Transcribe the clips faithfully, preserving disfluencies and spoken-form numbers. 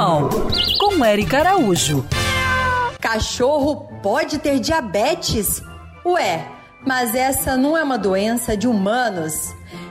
Animal, com Érica Araújo. Cachorro pode ter diabetes? Ué, mas essa não é uma doença de humanos?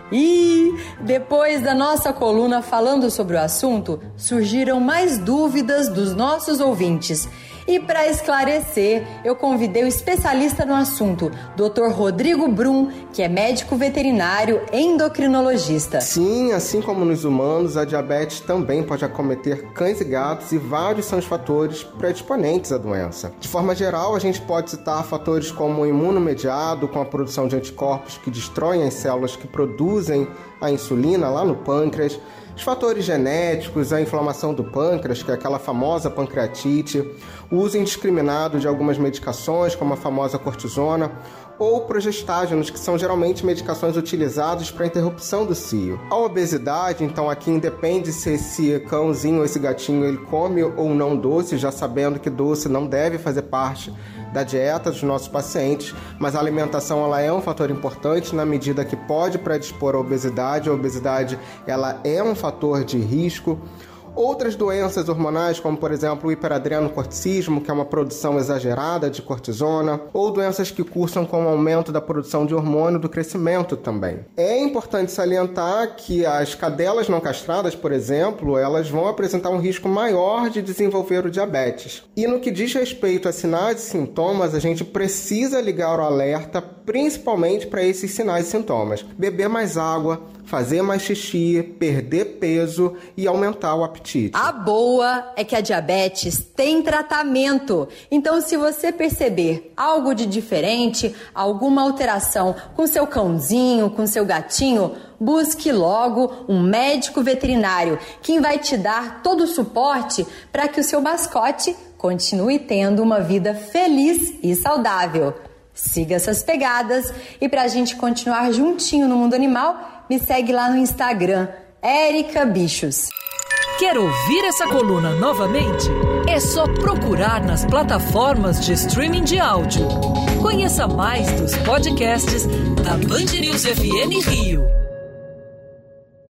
E depois da nossa coluna falando sobre o assunto, surgiram mais dúvidas dos nossos ouvintes. E para esclarecer, eu convidei o especialista no assunto, doutor Rodrigo Brum, que é médico veterinário endocrinologista. Sim, assim como nos humanos, a diabetes também pode acometer cães e gatos e vários são os fatores predisponentes à doença. De forma geral, a gente pode citar fatores como o imunomediado, com a produção de anticorpos que destroem as células que produzem a insulina lá no pâncreas, os fatores genéticos, a inflamação do pâncreas, que é aquela famosa pancreatite, o uso indiscriminado de algumas medicações, como a famosa cortisona, ou progestágenos, que são geralmente medicações utilizadas para interrupção do cio. A obesidade, então aqui independe se esse cãozinho ou esse gatinho ele come ou não doce, já sabendo que doce não deve fazer parte da dieta dos nossos pacientes, mas a alimentação ela é um fator importante na medida que pode predispor à obesidade. A obesidade ela é um fator de risco. Outras doenças hormonais, como por exemplo o hiperadrenocorticismo, que é uma produção exagerada de cortisona, ou doenças que cursam com o aumento da produção de hormônio do crescimento também. É importante salientar que as cadelas não castradas, por exemplo, elas vão apresentar um risco maior de desenvolver o diabetes. E no que diz respeito a sinais e sintomas, a gente precisa ligar o alerta principalmente para esses sinais e sintomas. Beber mais água, fazer mais xixi, perder peso e aumentar o apetite. A boa é que a diabetes tem tratamento. Então, se você perceber algo de diferente, alguma alteração com seu cãozinho, com seu gatinho, busque logo um médico veterinário, que vai te dar todo o suporte para que o seu mascote continue tendo uma vida feliz e saudável. Siga essas pegadas e para a gente continuar juntinho no mundo animal, me segue lá no Instagram, Érica Bichos. Quer ouvir essa coluna novamente? É só procurar nas plataformas de streaming de áudio. Conheça mais dos podcasts da Band News F M Rio.